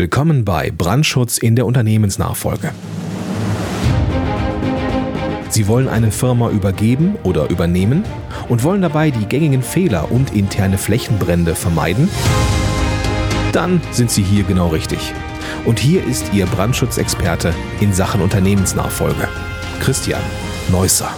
Willkommen bei Brandschutz in der Unternehmensnachfolge. Sie wollen eine Firma übergeben oder übernehmen und wollen dabei die gängigen Fehler und interne Flächenbrände vermeiden? Dann sind Sie hier genau richtig. Und hier ist Ihr Brandschutzexperte in Sachen Unternehmensnachfolge, Christian Neusser.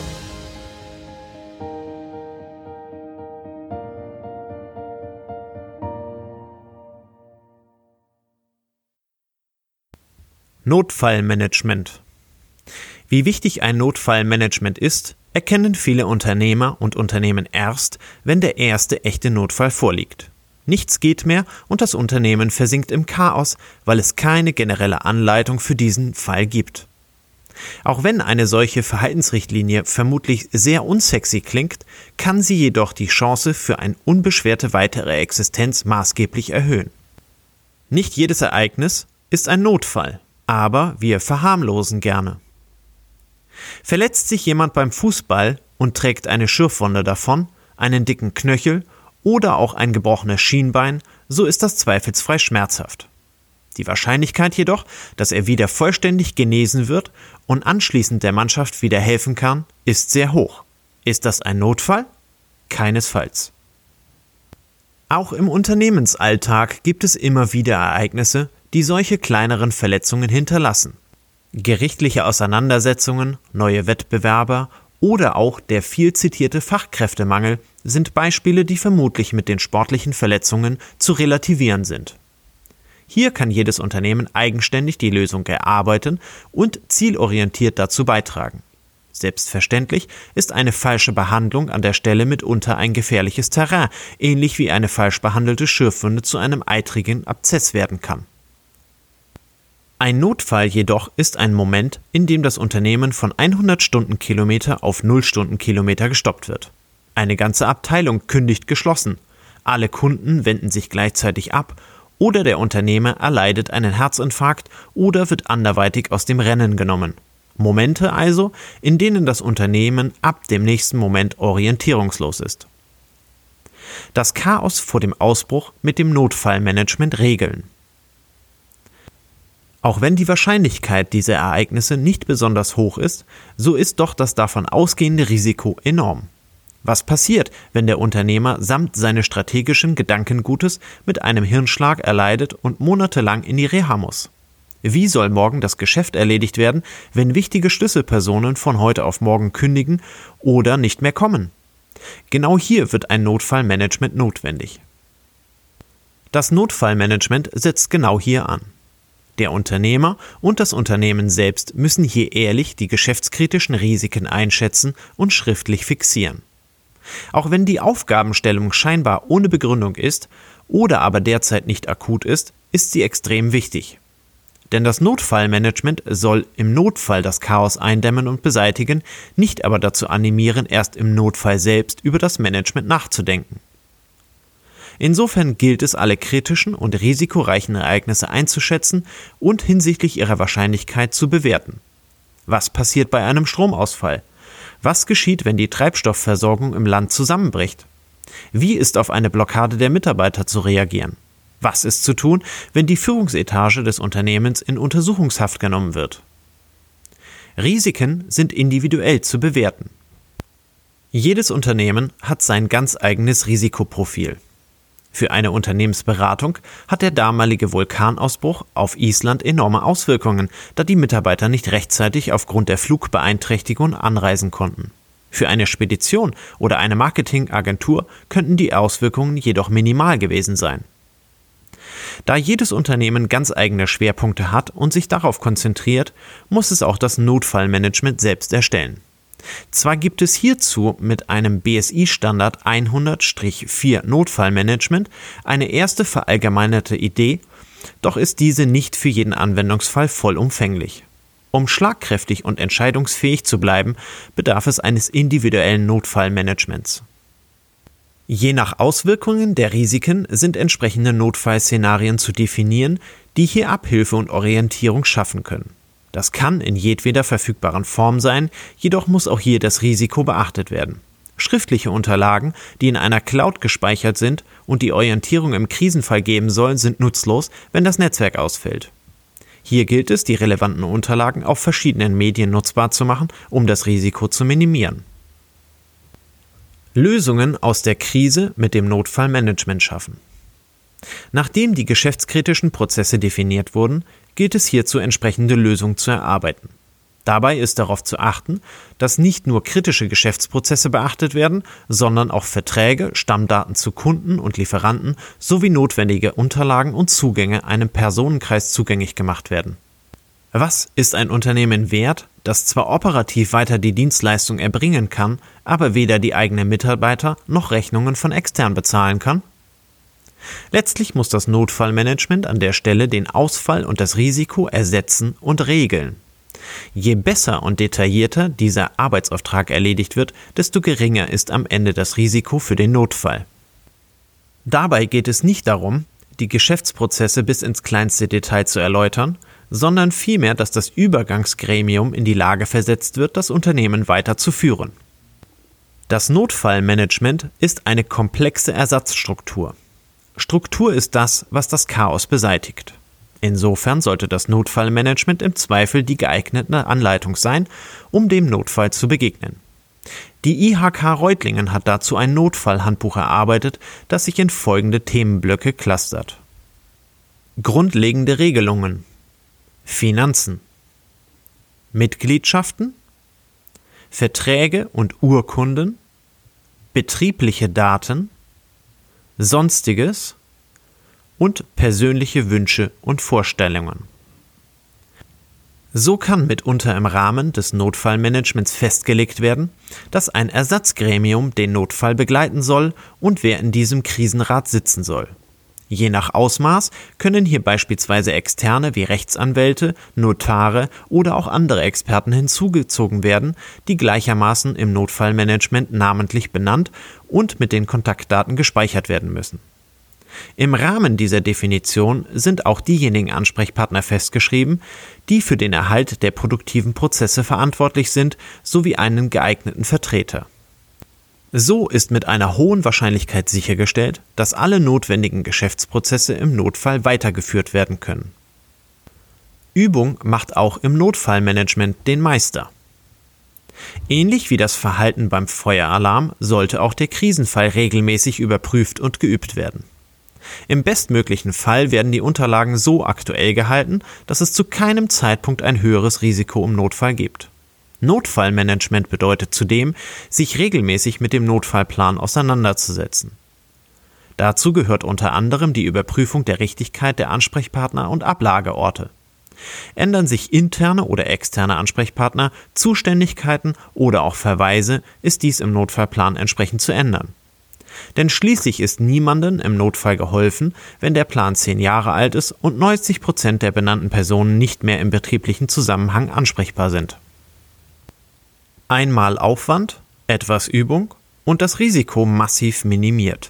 Notfallmanagement. Wie wichtig ein Notfallmanagement ist, erkennen viele Unternehmer und Unternehmen erst, wenn der erste echte Notfall vorliegt. Nichts geht mehr und das Unternehmen versinkt im Chaos, weil es keine generelle Anleitung für diesen Fall gibt. Auch wenn eine solche Verhaltensrichtlinie vermutlich sehr unsexy klingt, kann sie jedoch die Chance für eine unbeschwerte weitere Existenz maßgeblich erhöhen. Nicht jedes Ereignis ist ein Notfall, aber wir verharmlosen gerne. Verletzt sich jemand beim Fußball und trägt eine Schürfwunde davon, einen dicken Knöchel oder auch ein gebrochenes Schienbein, so ist das zweifelsfrei schmerzhaft. Die Wahrscheinlichkeit jedoch, dass er wieder vollständig genesen wird und anschließend der Mannschaft wieder helfen kann, ist sehr hoch. Ist das ein Notfall? Keinesfalls. Auch im Unternehmensalltag gibt es immer wieder Ereignisse, die solche kleineren Verletzungen hinterlassen. Gerichtliche Auseinandersetzungen, neue Wettbewerber oder auch der viel zitierte Fachkräftemangel sind Beispiele, die vermutlich mit den sportlichen Verletzungen zu relativieren sind. Hier kann jedes Unternehmen eigenständig die Lösung erarbeiten und zielorientiert dazu beitragen. Selbstverständlich ist eine falsche Behandlung an der Stelle mitunter ein gefährliches Terrain, ähnlich wie eine falsch behandelte Schürfwunde zu einem eitrigen Abszess werden kann. Ein Notfall jedoch ist ein Moment, in dem das Unternehmen von 100 Stundenkilometer auf 0 Stundenkilometer gestoppt wird. Eine ganze Abteilung kündigt geschlossen, alle Kunden wenden sich gleichzeitig ab oder der Unternehmer erleidet einen Herzinfarkt oder wird anderweitig aus dem Rennen genommen. Momente also, in denen das Unternehmen ab dem nächsten Moment orientierungslos ist. Das Chaos vor dem Ausbruch mit dem Notfallmanagement regeln. Auch wenn die Wahrscheinlichkeit dieser Ereignisse nicht besonders hoch ist, so ist doch das davon ausgehende Risiko enorm. Was passiert, wenn der Unternehmer samt seines strategischen Gedankengutes mit einem Hirnschlag erleidet und monatelang in die Reha muss? Wie soll morgen das Geschäft erledigt werden, wenn wichtige Schlüsselpersonen von heute auf morgen kündigen oder nicht mehr kommen? Genau hier wird ein Notfallmanagement notwendig. Das Notfallmanagement setzt genau hier an. Der Unternehmer und das Unternehmen selbst müssen hier ehrlich die geschäftskritischen Risiken einschätzen und schriftlich fixieren. Auch wenn die Aufgabenstellung scheinbar ohne Begründung ist oder aber derzeit nicht akut ist, ist sie extrem wichtig. Denn das Notfallmanagement soll im Notfall das Chaos eindämmen und beseitigen, nicht aber dazu animieren, erst im Notfall selbst über das Management nachzudenken. Insofern gilt es, alle kritischen und risikoreichen Ereignisse einzuschätzen und hinsichtlich ihrer Wahrscheinlichkeit zu bewerten. Was passiert bei einem Stromausfall? Was geschieht, wenn die Treibstoffversorgung im Land zusammenbricht? Wie ist auf eine Blockade der Mitarbeiter zu reagieren? Was ist zu tun, wenn die Führungsetage des Unternehmens in Untersuchungshaft genommen wird? Risiken sind individuell zu bewerten. Jedes Unternehmen hat sein ganz eigenes Risikoprofil. Für eine Unternehmensberatung hat der damalige Vulkanausbruch auf Island enorme Auswirkungen, da die Mitarbeiter nicht rechtzeitig aufgrund der Flugbeeinträchtigung anreisen konnten. Für eine Spedition oder eine Marketingagentur könnten die Auswirkungen jedoch minimal gewesen sein. Da jedes Unternehmen ganz eigene Schwerpunkte hat und sich darauf konzentriert, muss es auch das Notfallmanagement selbst erstellen. Zwar gibt es hierzu mit einem BSI-Standard 100-4 Notfallmanagement eine erste verallgemeinerte Idee, doch ist diese nicht für jeden Anwendungsfall vollumfänglich. Um schlagkräftig und entscheidungsfähig zu bleiben, bedarf es eines individuellen Notfallmanagements. Je nach Auswirkungen der Risiken sind entsprechende Notfallszenarien zu definieren, die hier Abhilfe und Orientierung schaffen können. Das kann in jedweder verfügbaren Form sein, jedoch muss auch hier das Risiko beachtet werden. Schriftliche Unterlagen, die in einer Cloud gespeichert sind und die Orientierung im Krisenfall geben sollen, sind nutzlos, wenn das Netzwerk ausfällt. Hier gilt es, die relevanten Unterlagen auf verschiedenen Medien nutzbar zu machen, um das Risiko zu minimieren. Lösungen aus der Krise mit dem Notfallmanagement schaffen. Nachdem die geschäftskritischen Prozesse definiert wurden, gilt es hierzu entsprechende Lösungen zu erarbeiten. Dabei ist darauf zu achten, dass nicht nur kritische Geschäftsprozesse beachtet werden, sondern auch Verträge, Stammdaten zu Kunden und Lieferanten sowie notwendige Unterlagen und Zugänge einem Personenkreis zugänglich gemacht werden. Was ist ein Unternehmen wert, das zwar operativ weiter die Dienstleistung erbringen kann, aber weder die eigenen Mitarbeiter noch Rechnungen von extern bezahlen kann? Letztlich muss das Notfallmanagement an der Stelle den Ausfall und das Risiko ersetzen und regeln. Je besser und detaillierter dieser Arbeitsauftrag erledigt wird, desto geringer ist am Ende das Risiko für den Notfall. Dabei geht es nicht darum, die Geschäftsprozesse bis ins kleinste Detail zu erläutern, sondern vielmehr, dass das Übergangsgremium in die Lage versetzt wird, das Unternehmen weiter zu führen. Das Notfallmanagement ist eine komplexe Ersatzstruktur. Struktur ist das, was das Chaos beseitigt. Insofern sollte das Notfallmanagement im Zweifel die geeignete Anleitung sein, um dem Notfall zu begegnen. Die IHK Reutlingen hat dazu ein Notfallhandbuch erarbeitet, das sich in folgende Themenblöcke clustert. Grundlegende Regelungen, Finanzen, Mitgliedschaften, Verträge und Urkunden, betriebliche Daten, Sonstiges und persönliche Wünsche und Vorstellungen. So kann mitunter im Rahmen des Notfallmanagements festgelegt werden, dass ein Ersatzgremium den Notfall begleiten soll und wer in diesem Krisenrat sitzen soll. Je nach Ausmaß können hier beispielsweise Externe wie Rechtsanwälte, Notare oder auch andere Experten hinzugezogen werden, die gleichermaßen im Notfallmanagement namentlich benannt und mit den Kontaktdaten gespeichert werden müssen. Im Rahmen dieser Definition sind auch diejenigen Ansprechpartner festgeschrieben, die für den Erhalt der produktiven Prozesse verantwortlich sind, sowie einen geeigneten Vertreter. So ist mit einer hohen Wahrscheinlichkeit sichergestellt, dass alle notwendigen Geschäftsprozesse im Notfall weitergeführt werden können. Übung macht auch im Notfallmanagement den Meister. Ähnlich wie das Verhalten beim Feueralarm sollte auch der Krisenfall regelmäßig überprüft und geübt werden. Im bestmöglichen Fall werden die Unterlagen so aktuell gehalten, dass es zu keinem Zeitpunkt ein höheres Risiko im Notfall gibt. Notfallmanagement bedeutet zudem, sich regelmäßig mit dem Notfallplan auseinanderzusetzen. Dazu gehört unter anderem die Überprüfung der Richtigkeit der Ansprechpartner und Ablageorte. Ändern sich interne oder externe Ansprechpartner, Zuständigkeiten oder auch Verweise, ist dies im Notfallplan entsprechend zu ändern. Denn schließlich ist niemandem im Notfall geholfen, wenn der Plan 10 Jahre alt ist und 90% der benannten Personen nicht mehr im betrieblichen Zusammenhang ansprechbar sind. Einmal Aufwand, etwas Übung und das Risiko massiv minimiert.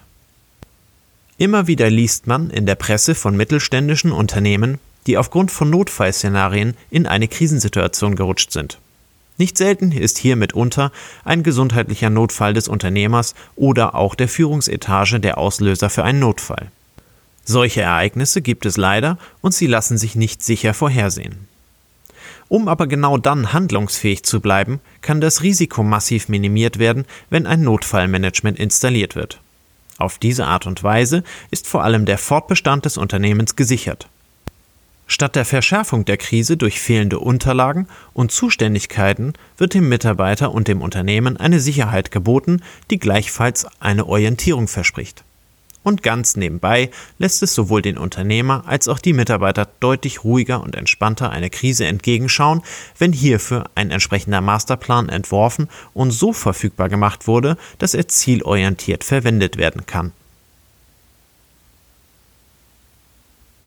Immer wieder liest man in der Presse von mittelständischen Unternehmen, die aufgrund von Notfallszenarien in eine Krisensituation gerutscht sind. Nicht selten ist hier mitunter ein gesundheitlicher Notfall des Unternehmers oder auch der Führungsetage der Auslöser für einen Notfall. Solche Ereignisse gibt es leider und sie lassen sich nicht sicher vorhersehen. Um aber genau dann handlungsfähig zu bleiben, kann das Risiko massiv minimiert werden, wenn ein Notfallmanagement installiert wird. Auf diese Art und Weise ist vor allem der Fortbestand des Unternehmens gesichert. Statt der Verschärfung der Krise durch fehlende Unterlagen und Zuständigkeiten wird dem Mitarbeiter und dem Unternehmen eine Sicherheit geboten, die gleichfalls eine Orientierung verspricht. Und ganz nebenbei lässt es sowohl den Unternehmer als auch die Mitarbeiter deutlich ruhiger und entspannter einer Krise entgegenschauen, wenn hierfür ein entsprechender Masterplan entworfen und so verfügbar gemacht wurde, dass er zielorientiert verwendet werden kann.